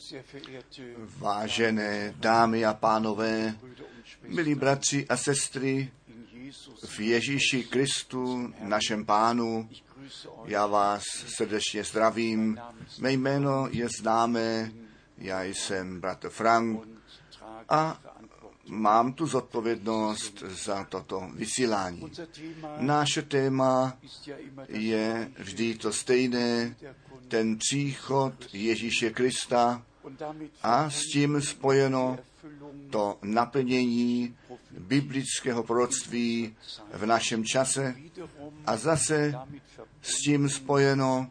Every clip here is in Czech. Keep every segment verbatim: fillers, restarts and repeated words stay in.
Vážené dámy a pánové, milí bratři a sestry, v Ježíši Kristu, našem Pánu, já vás srdečně zdravím. Mé jméno je známé, já jsem bratr Frank a mám tu zodpovědnost za toto vysílání. Naše téma je vždy to stejné, ten příchod Ježíše Krista a s tím spojeno to naplnění biblického proroctví v našem čase a zase s tím spojeno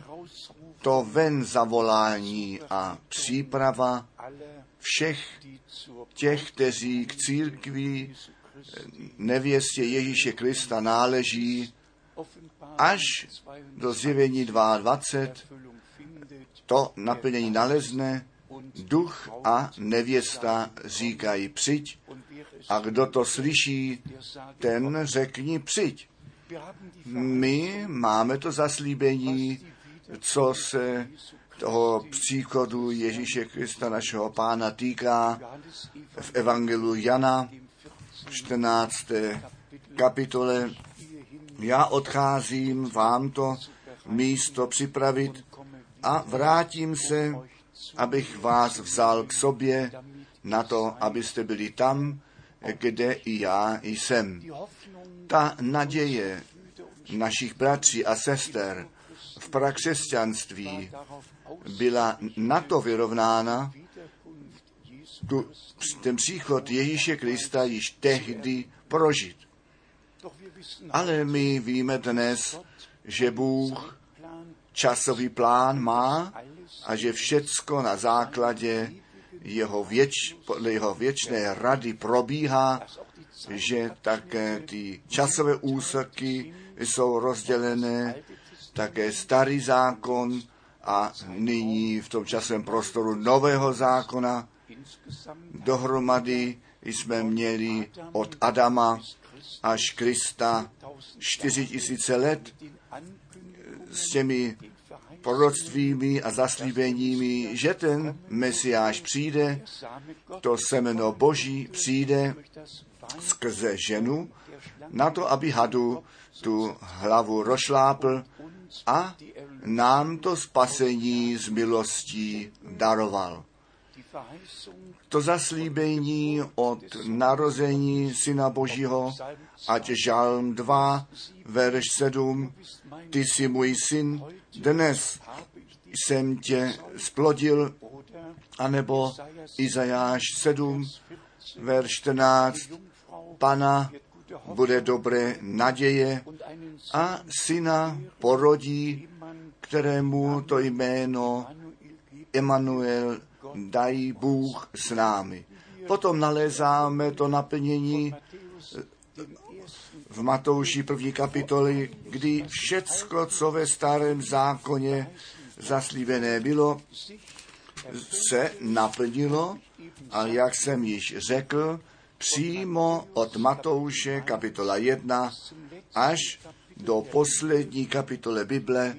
to ven zavolání a příprava všech těch, kteří k církvi nevěstě Ježíše Krista náleží, až do zjevení dvacet dva to naplnění nalezne, duch a nevěsta říkají přijď, a kdo to slyší, ten řekni přijď. My máme to zaslíbení, co se toho příchodu Ježíše Krista, našeho Pána, týká v Evangeliu Jana, čtrnácté kapitole. Já odcházím vám to místo připravit a vrátím se, abych vás vzal k sobě na to, abyste byli tam, kde i já jsem. Ta naděje našich bratří a sester v prakřesťanství byla na to vyrovnána, tu, ten příchod Ježíše Krista již tehdy prožit. Ale my víme dnes, že Bůh časový plán má a že všecko na základě jeho, věč, podle jeho věčné rady probíhá, že také ty časové úseky jsou rozdělené, také starý zákon a nyní v tom časovém prostoru nového zákona. Dohromady jsme měli od Adama až Krista čtyři tisíce let s těmi proroctvími a zaslíbeními, že ten Mesiáš přijde, to semeno Boží přijde skrze ženu, na to, aby hadu tu hlavu rozšlápl a nám to spasení z milostí daroval. To zaslíbení od narození Syna Božího, ať Žalm dva, verš sedm, ty jsi můj syn, dnes jsem tě splodil, anebo Izajáš sedm, verš čtrnáct, Pana bude dobré naděje a syna porodí, kterému to jméno Emanuel, dají Bůh s námi. Potom nalézáme to naplnění v Matouši první kapitoly, kdy všecko, co ve starém zákoně zaslíbené bylo, se naplnilo a jak jsem již řekl, přímo od Matouše kapitola jedna až do poslední kapitole Bible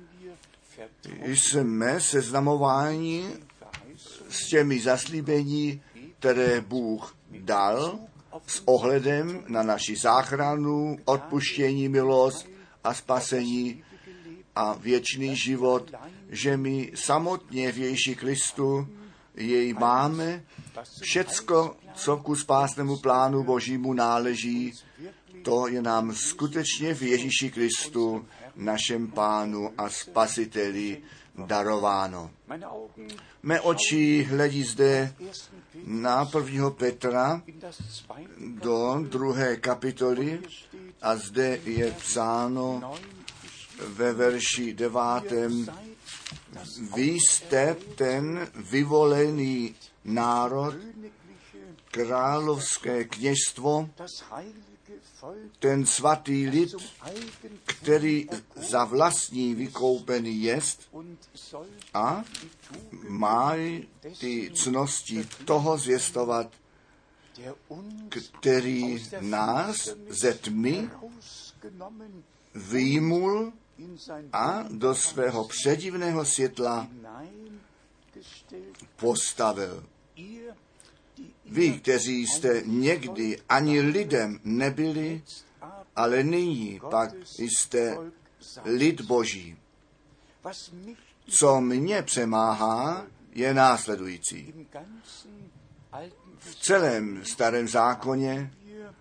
jsme seznamováni s těmi zaslíbení, které Bůh dal s ohledem na naši záchranu, odpuštění, milost a spasení a věčný život, že my samotně v Ježíši Kristu jej máme. Všecko, co ku spásnému plánu Božímu náleží, to je nám skutečně v Ježíši Kristu, našem Pánu a Spasiteli, darováno. Mé oči hledí zde na prvního Petra do druhé kapitoly a zde je psáno ve verši devátém: vy jste ten vyvolený národ, královské kněžstvo, ten svatý lid, který za vlastní vykoupený jest a má ty cnosti toho zvěstovat, který nás ze tmy vyjmul a do svého předivného světla postavil. Vy, kteří jste někdy ani lidem nebyli, ale nyní pak jste lid Boží. Co mě přemáhá, je následující. V celém starém zákoně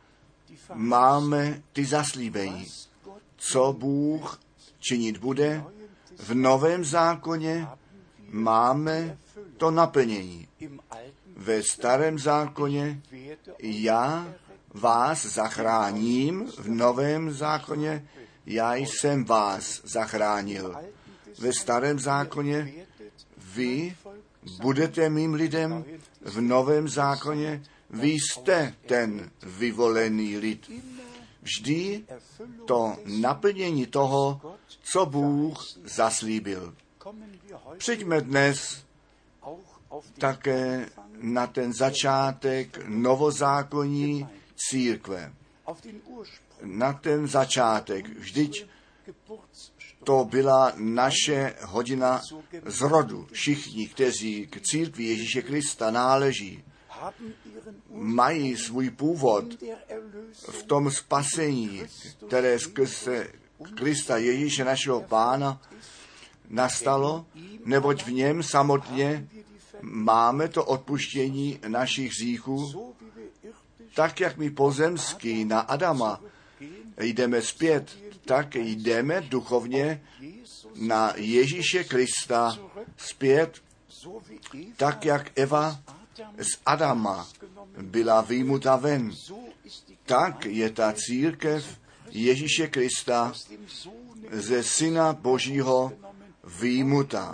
máme ty zaslíbení, co Bůh činit bude. V novém zákoně máme to naplnění. Ve starém zákoně já vás zachráním, v novém zákoně já jsem vás zachránil. Ve starém zákoně vy budete mým lidem, v novém zákoně vy jste ten vyvolený lid. Vždy to naplnění toho, co Bůh zaslíbil. Přijďme dnes také na ten začátek novozákonní církve. Na ten začátek. Vždyť to byla naše hodina zrodu. Všichni, kteří k církvi Ježíše Krista náleží, mají svůj původ v tom spasení, které skrze Krista Ježíše našeho Pána nastalo, neboť v něm samotně máme to odpuštění našich hříchů, tak jak my pozemský na Adama jdeme zpět, tak jdeme duchovně na Ježíše Krista zpět, tak jak Eva z Adama byla vyjmuta ven. Tak je ta církev Ježíše Krista ze Syna Božího vyjmuta.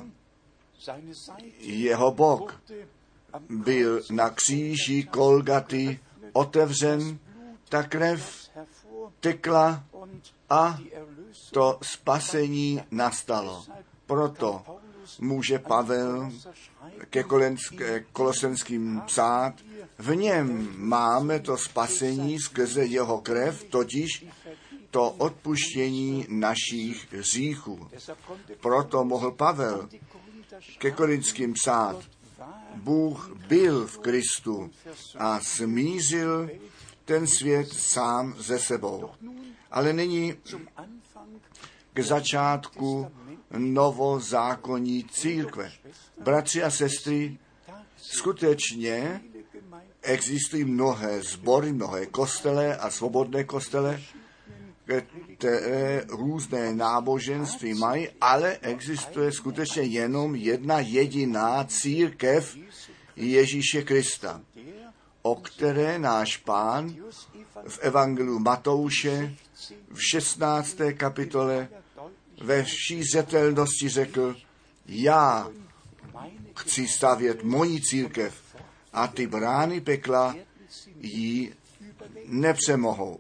Jeho bok byl na kříži Golgaty otevřen, ta krev tekla a to spasení nastalo. Proto může Pavel ke Kolosenským psát, v něm máme to spasení skrze jeho krev, totiž to odpuštění našich hříchů. Proto mohl Pavel ke Korinským psát, Bůh byl v Kristu a smířil ten svět sám ze sebou. Ale nyní k začátku novozákonní církve. Bratři a sestry, skutečně existují mnohé sbory, mnohé kostele a svobodné kostele, které různé náboženství mají, ale existuje skutečně jenom jedna jediná církev Ježíše Krista, o které náš Pán v Evangeliu Matouše v šestnácté kapitole ve vší zřetelnosti řekl, já chci stavět moji církev a ty brány pekla ji nepřemohou.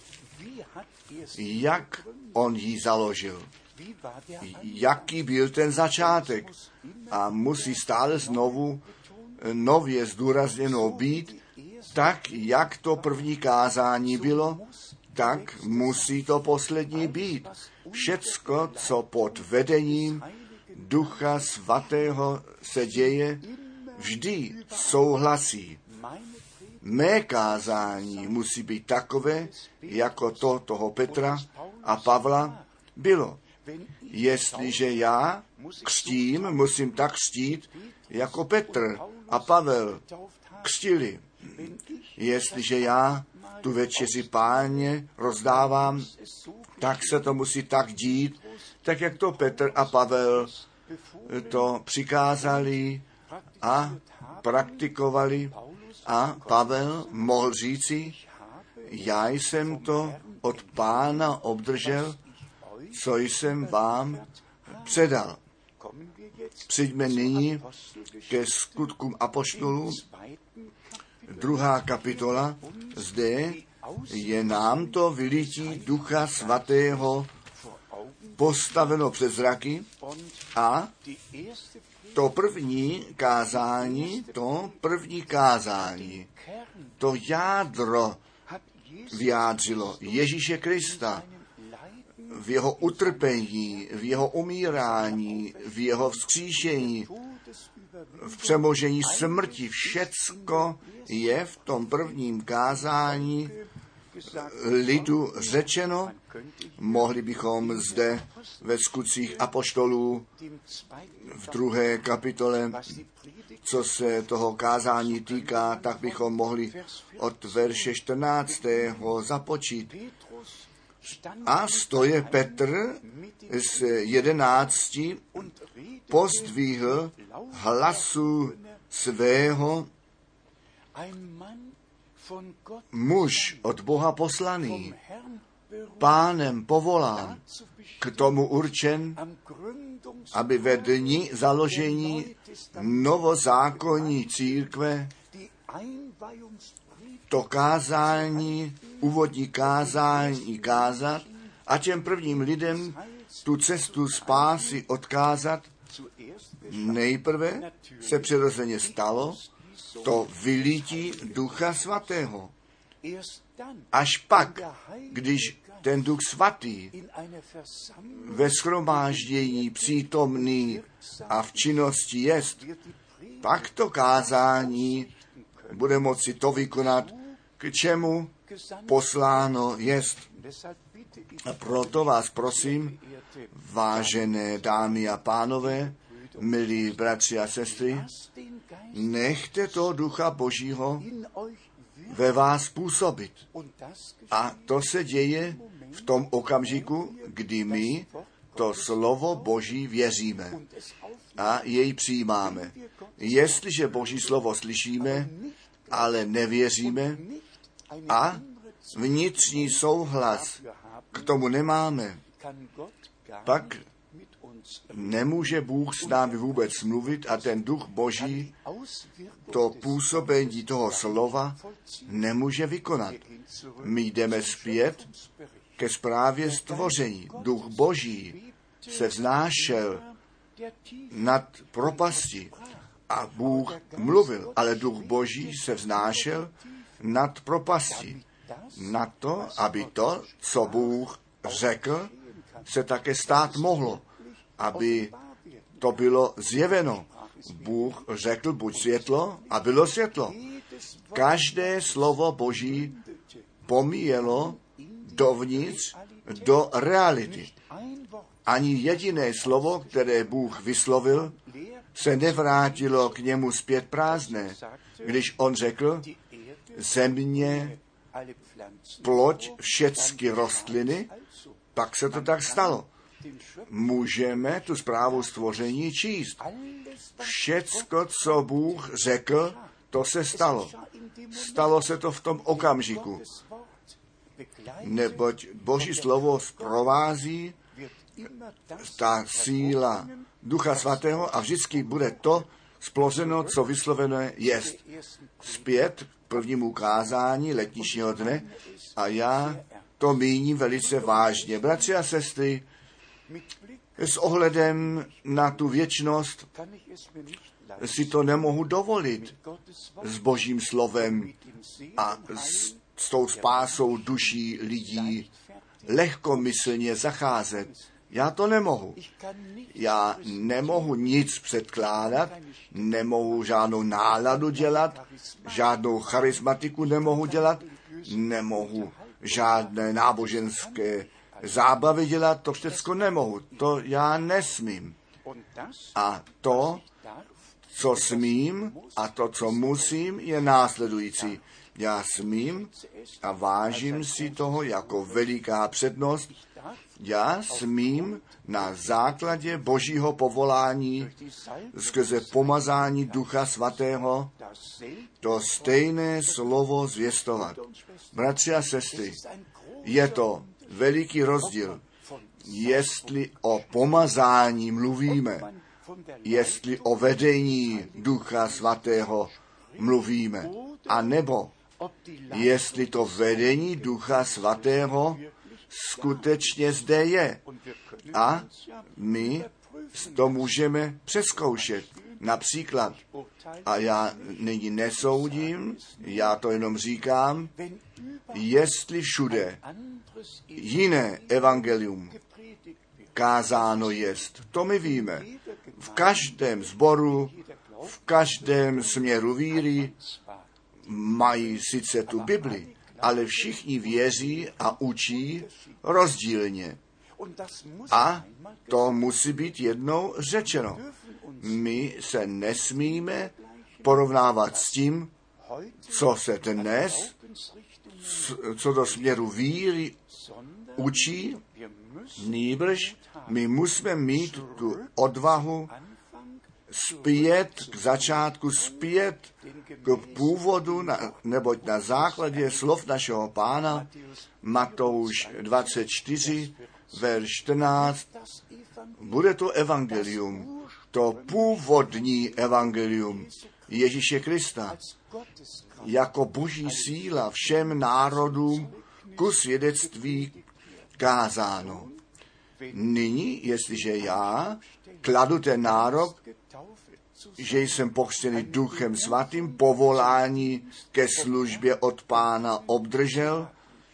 Jak on ji založil? Jaký byl ten začátek? A musí stále znovu nově zdůrazněno být, tak jak to první kázání bylo, tak musí to poslední být. Všecko, co pod vedením Ducha Svatého se děje, vždy souhlasí. Mé kázání musí být takové, jako to toho Petra a Pavla bylo. Jestliže já křtím, musím tak křtít, jako Petr a Pavel křtili. Jestliže já tu večeři Páně rozdávám, tak se to musí tak dít, tak jak to Petr a Pavel to přikázali a praktikovali. A Pavel mohl říci, já jsem to od Pána obdržel, co jsem vám předal. Přijďme nyní ke skutkům apoštolů, druhá kapitola. Zde je nám to vylití Ducha Svatého postaveno před zraky a to první kázání, to první kázání, to jádro vyjádřilo Ježíše Krista v jeho utrpení, v jeho umírání, v jeho vzkříšení v přemožení smrti. Všecko je v tom prvním kázání lidu řečeno. Mohli bychom zde ve Skutcích apoštolů v druhé kapitole, co se toho kázání týká, tak bychom mohli od verše čtrnáctého započít. A stoje Petr z jedenácti pozdvihl hlasu svého, muž od Boha poslaný, Pánem povolán, k tomu určen, aby ve dni založení novozákonní církve to kázání, úvodní kázání kázat a těm prvním lidem tu cestu spásy odkázat. Nejprve se přirozeně stalo to vylití Ducha Svatého. Až pak, když ten Duch Svatý ve shromáždění přítomný a v činnosti jest, pak to kázání bude moci to vykonat, k čemu posláno jest. A proto vás prosím, vážené dámy a pánové, milí bratři a sestry, nechte toho Ducha Božího ve vás působit. A to se děje v tom okamžiku, kdy my to slovo Boží věříme a jej přijímáme. Jestliže Boží slovo slyšíme, ale nevěříme a vnitřní souhlas k tomu nemáme, pak nemůže Bůh s námi vůbec mluvit a ten Duch Boží to působení toho slova nemůže vykonat. My jdeme zpět ke zprávě stvoření. Duch Boží se vznášel nad propasti a Bůh mluvil, ale Duch Boží se vznášel nad propasti. Na to, aby to, co Bůh řekl, se také stát mohlo, aby to bylo zjeveno. Bůh řekl, buď světlo, a bylo světlo. Každé slovo Boží pomíjelo dovnitř do reality. Ani jediné slovo, které Bůh vyslovil, se nevrátilo k němu zpět prázdné. Když on řekl, země, ploď, všecky rostliny, pak se to tak stalo. Můžeme tu zprávu stvoření číst. Všecko, co Bůh řekl, to se stalo. Stalo se to v tom okamžiku. Neboť Boží slovo provází ta síla Ducha Svatého a vždycky bude to splozeno, co vyslovené jest. Zpět k prvnímu kázání letničního dne a já to míním velice vážně. Bratři a sestry, s ohledem na tu věčnost si to nemohu dovolit s Božím slovem a s, s tou spásou duší lidí lehkomyslně zacházet. Já to nemohu. Já nemohu nic předkládat, nemohu žádnou náladu dělat, žádnou charismatiku nemohu dělat, nemohu žádné náboženské zábavy dělat, to všechno nemohu. To já nesmím. A to, co smím a to, co musím, je následující. Já smím a vážím si toho jako veliká přednost. Já smím na základě Božího povolání skrze pomazání Ducha Svatého to stejné slovo zvěstovat. Bratři a sestry, je to veliký rozdíl, jestli o pomazání mluvíme, jestli o vedení Ducha Svatého mluvíme, a nebo jestli to vedení Ducha Svatého skutečně zde je. A my to můžeme přezkoušet. Například, a já nyní nesoudím, já to jenom říkám, jestli všude jiné evangelium kázáno jest. To my víme. V každém sboru, v každém směru víry mají sice tu Bibli, ale všichni věří a učí rozdílně. A to musí být jednou řečeno. My se nesmíme porovnávat s tím, co se dnes, co do směru víry učí, nýbrž my musíme mít tu odvahu zpět k začátku, zpět k původu, neboť na základě slov našeho Pána, Matouš dvacet čtyři, verš čtrnáct, bude to evangelium, to původní evangelium Ježíše Krista, jako boží síla všem národům ku svědectví kázáno. Nyní, jestliže já kladu ten nárok, že jsem pokřtěný Duchem Svatým, povolání ke službě od Pána obdržel,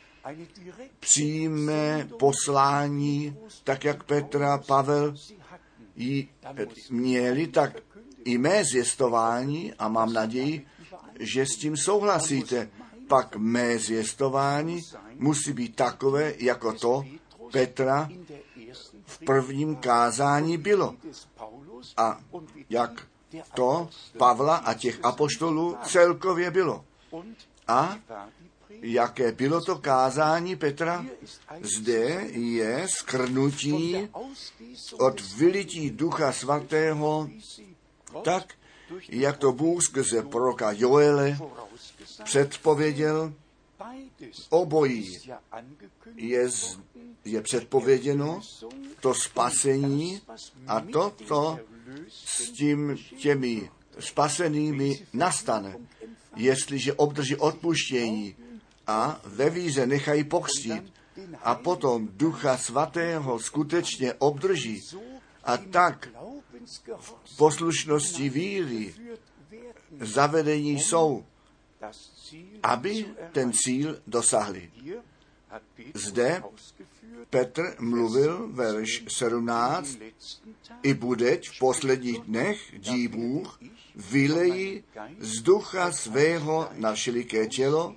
přímé poslání, tak jak Petra, Pavel ji měli, tak i mé zvěstování, a mám naději, že s tím souhlasíte, pak mé zvěstování musí být takové, jako to Petra v prvním kázání bylo. A jak to Pavla a těch apoštolů celkově bylo. A jaké bylo to kázání Petra? Zde je skrnutí od vylití Ducha Svatého, tak, jak to Bůh skrze proroka Joele předpověděl. Obojí je, je předpověděno, to spasení a toto s tím těmi spasenými nastane, jestliže obdrží odpuštění a ve víře nechají pokřtít a potom Ducha Svatého skutečně obdrží a tak v poslušnosti víry zavedení jsou, aby ten cíl dosahli. Zde Petr mluvil, verš sedmnáct, i budeť v posledních dnech, dí Bůh, vylejí z ducha svého na všeliké tělo.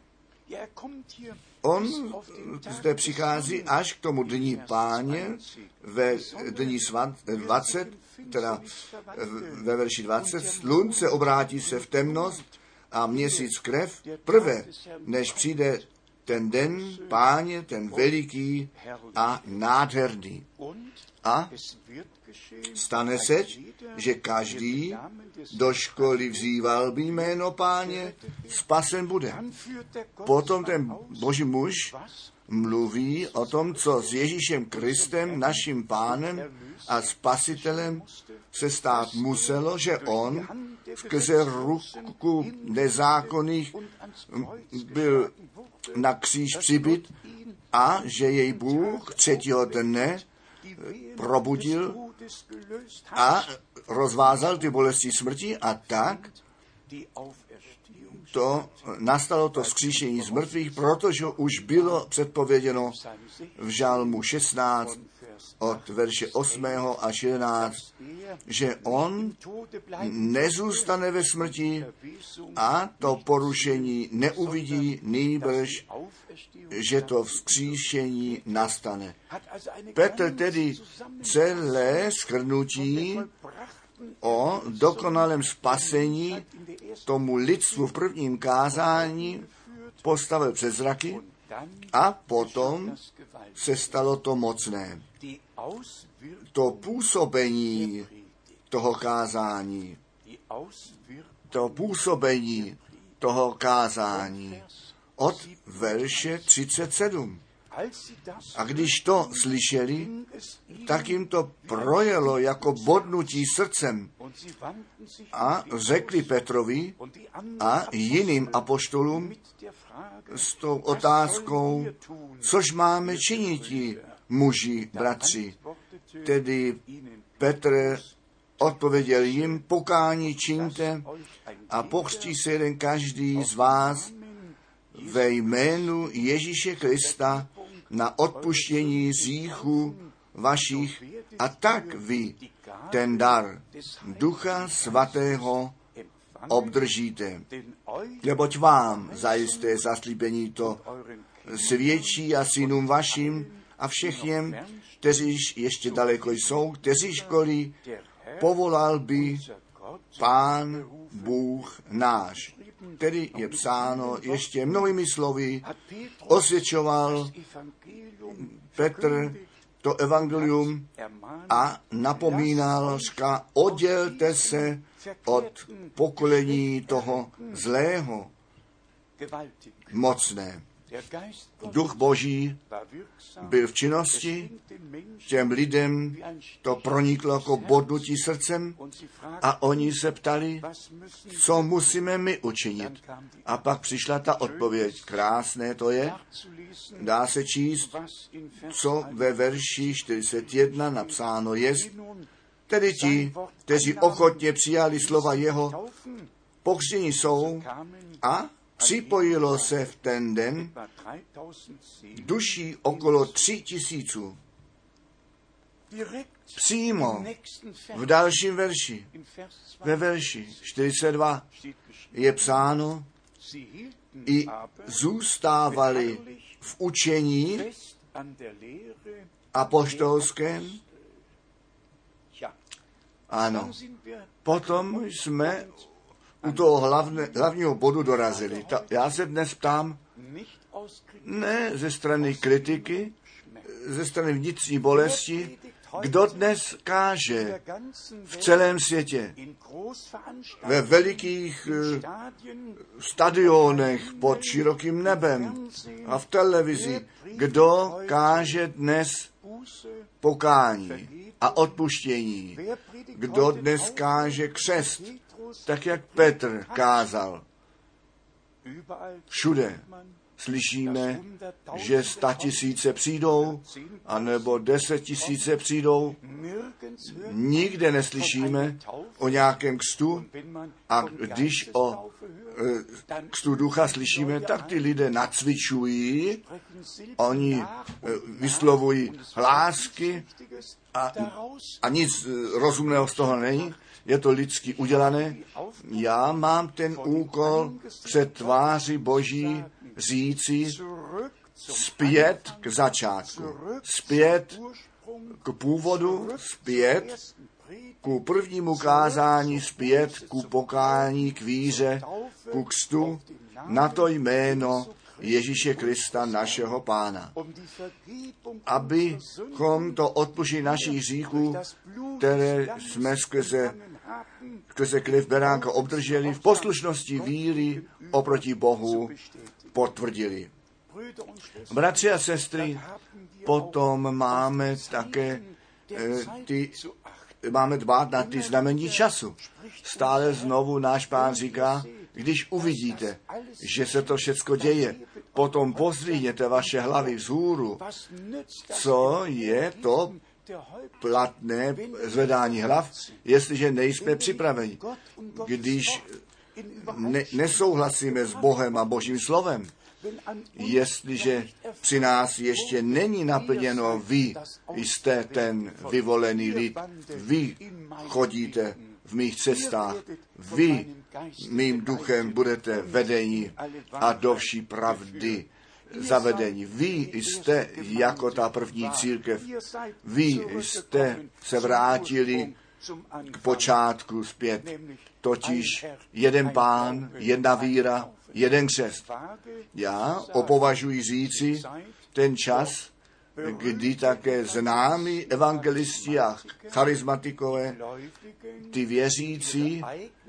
On zde přichází až k tomu dní Páně ve dní dvacet, teda ve verši dvacet, slunce obrátí se v temnost a měsíc v krev, prvé, než přijde ten den Páně, ten veliký a nádherný. A stane se, že každý do školy vzýval by jméno Páně, spasen bude. Potom ten boží muž mluví o tom, co s Ježíšem Kristem, naším Pánem a Spasitelem se stát muselo, že on skrze ruku nezákonných byl na kříž přibyt a že jej Bůh třetího dne probudil a rozvázal ty bolesti smrti a tak to nastalo to vzkříšení z mrtvých, protože už bylo předpověděno v žalmu šestnáct od verše osmého až jedenáct, že on nezůstane ve smrti a to porušení neuvidí, nýbrž, že to vzkříšení nastane. Petr tedy celé shrnutí o dokonalém spasení tomu lidstvu v prvním kázání postavil před zraky a potom se stalo to mocné. To působení toho kázání, to působení toho kázání od verše třicet sedm. A když to slyšeli, tak jim to projelo jako bodnutí srdcem a řekli Petrovi a jiným apoštolům s tou otázkou, což máme činiti, muži, bratři. Tedy Petr odpověděl jim, pokání čiňte a pokřtí se jeden každý z vás ve jménu Ježíše Krista na odpuštění hříchů vašich a tak vy ten dar Ducha Svatého obdržíte. Neboť vám zajisté zaslíbení to svědčí a synům vašim a všech těm, kteříž ještě daleko jsou, kteřížkoliv povolal by Pán Bůh náš. Tedy je psáno ještě mnohými slovy, osvědčoval Petr to evangelium a napomínal, říká, oddělte se od pokolení toho zlého, mocné. Duch Boží byl v činnosti, těm lidem to proniklo jako bodnutí srdcem a oni se ptali, co musíme my učinit. A pak přišla ta odpověď. Krásné to je. Dá se číst, co ve verši čtyřicet jedna napsáno je. Tedy ti, kteří ochotně přijali slova jeho, pokřtěni jsou a připojilo se v ten den duší okolo tři tisíců. Přímo v dalším verši, ve verši čtyřicet dva je psáno, i zůstávali v učení apoštolském. Ano, potom jsme u toho hlavne, hlavního bodu dorazili. Ta, já se dnes ptám, ne ze strany kritiky, ze strany vnitřní bolesti, kdo dnes káže v celém světě, ve velikých uh, stadionech pod širokým nebem a v televizi, kdo káže dnes pokání a odpuštění, kdo dnes káže křest, tak jak Petr kázal. Všude slyšíme, že sta tisíce přijdou, anebo deset tisíce přijdou. Nikde neslyšíme o nějakém křtu a když o e, křtu ducha slyšíme, tak ty lidé nacvičují, oni e, vyslovují hlásky a, a nic rozumného z toho není. Je to lidsky udělané. Já mám ten úkol před tváří Boží říci zpět k začátku, zpět k původu, zpět ku prvnímu kázání, zpět ku pokání, k víře, ku křtu, na to jméno Ježíše Krista, našeho Pána. Abychom to odpuštění našich hříchů, které jsme skrze, skrze krev beránka obdrželi, v poslušnosti víry oproti Bohu potvrdili. Bratři a sestry, potom máme také e, ty, máme dbát na ty znamení času. Stále znovu náš Pán říká, když uvidíte, že se to všecko děje, potom pozdvihněte vaše hlavy vzhůru. Co je to platné zvedání hlav, jestliže nejsme připraveni? Když ne, nesouhlasíme s Bohem a Božím slovem, jestliže při nás ještě není naplněno, vy jste ten vyvolený lid, vy chodíte v mých cestách, vy mým duchem budete vedeni a do vší pravdy zavedení. Vy jste jako ta první církev, vy jste se vrátili k počátku zpět, totiž jeden Pán, jedna víra, jeden křest. Já opovažuji říci ten čas, kdy také známí evangelisti a charismatikové, ty věřící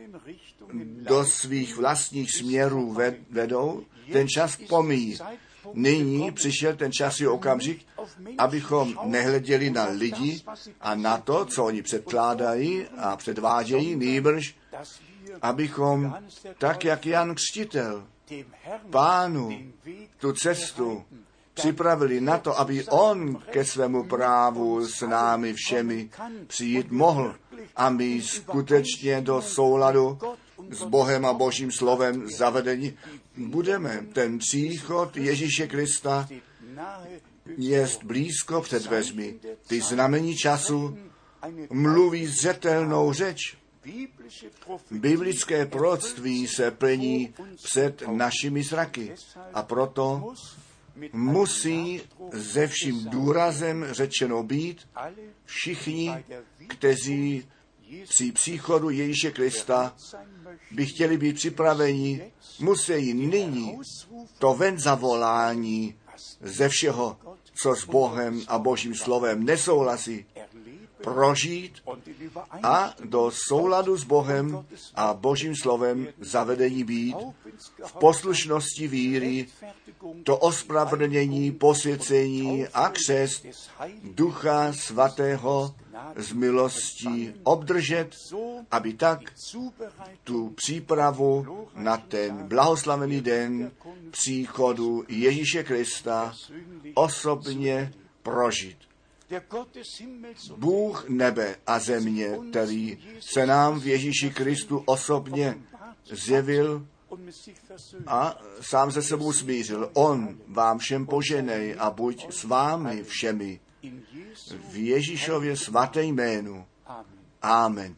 do svých vlastních směrů vedou, ten čas pomíjí. Nyní přišel ten čas i okamžik, abychom nehleděli na lidi a na to, co oni předkládají a předvádějí, nýbrž, abychom, tak jak Jan Křtitel, Pánu tu cestu připravili na to, aby on ke svému právu s námi všemi přijít mohl a my skutečně do souladu s Bohem a Božím slovem zavedení budeme. Ten příchod Ježíše Krista je blízko před dveřmi. Ty znamení času mluví zřetelnou řeč. Biblické proroctví se plní před našimi zraky a proto musí ze vším důrazem řečeno být, všichni, kteří při příchodu Ježíše Krista by chtěli být připraveni, musí nyní to ven zavolání ze všeho, co s Bohem a Božím slovem nesouhlasí, prožít a do souladu s Bohem a Božím slovem zavedení být v poslušnosti víry, to ospravedlnění, posvěcení a křest Ducha Svatého z milostí obdržet, aby tak tu přípravu na ten blahoslavený den příchodu Ježíše Krista osobně prožít. Bůh nebe a země, který se nám v Ježíši Kristu osobně zjevil a sám se sebou smířil. On vám všem poženej a buď s vámi všemi v Ježíšově svaté jménu. Amen.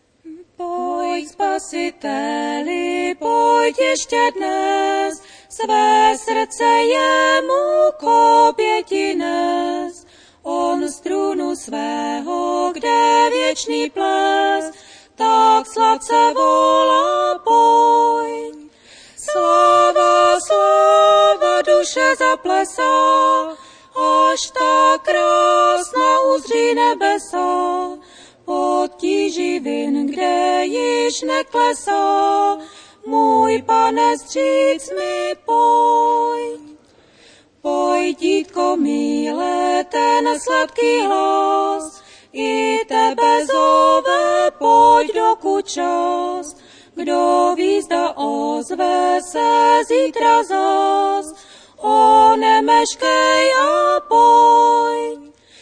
Pojď, Spasiteli, pojď ještě dnes, své srdce jemu k oběti nes. On z trůnu svého, kde věčný ples, tak sladce volá, pojď. Sláva, sláva, duše zaplesá, až tak krásná uzří nebesa. Pod tíží vin, kde již neklesá, můj Pane, stříc mi pojď. Pojď, dítko milé, ten sladký hlas, i tebe zove, pojď dokud čas. Kdo ví, zda ozve se zítra zas, o nemeškej a pojď.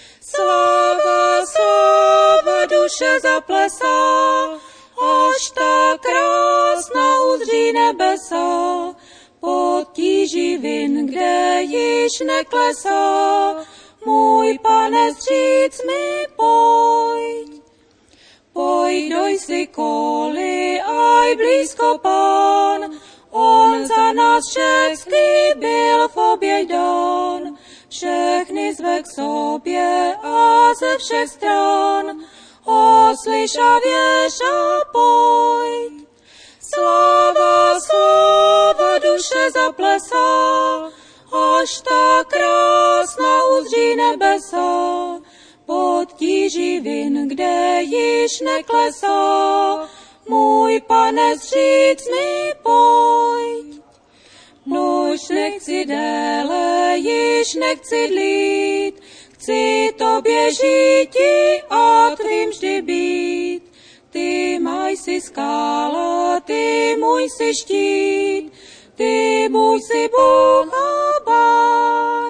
Sláva, sláva, duše zaplesá, až tak krásná uzří nebesa. Pod tíží vin, kde již neklesá, můj Pane, stříc mi pojď. Pojď, doj si koli, aj blízko Pán, on za nás všechny byl v oběť dán. Všechny zve k sobě a ze všech stran, oslyš a věř a pojď. Sláva, sláva, duše zaplesá, až tak krásná uzří nebesa. Pod tíží vin, kde již neklesá, můj Pane, stříc mi pojď. Nuž nechci déle, již nechci dlít, chci tobě žíti a tvým vždy být. Ty maj si skála, ty můj si štít, ty můj si Bůh a Pán.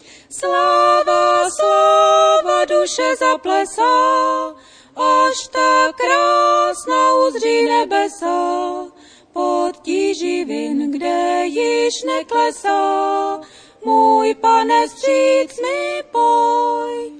Sláva, sláva, duše zaplesá, až tak krásná uzří nebesa. Pod tíží vin, kde již neklesá, můj Pane, stříc mi pojď.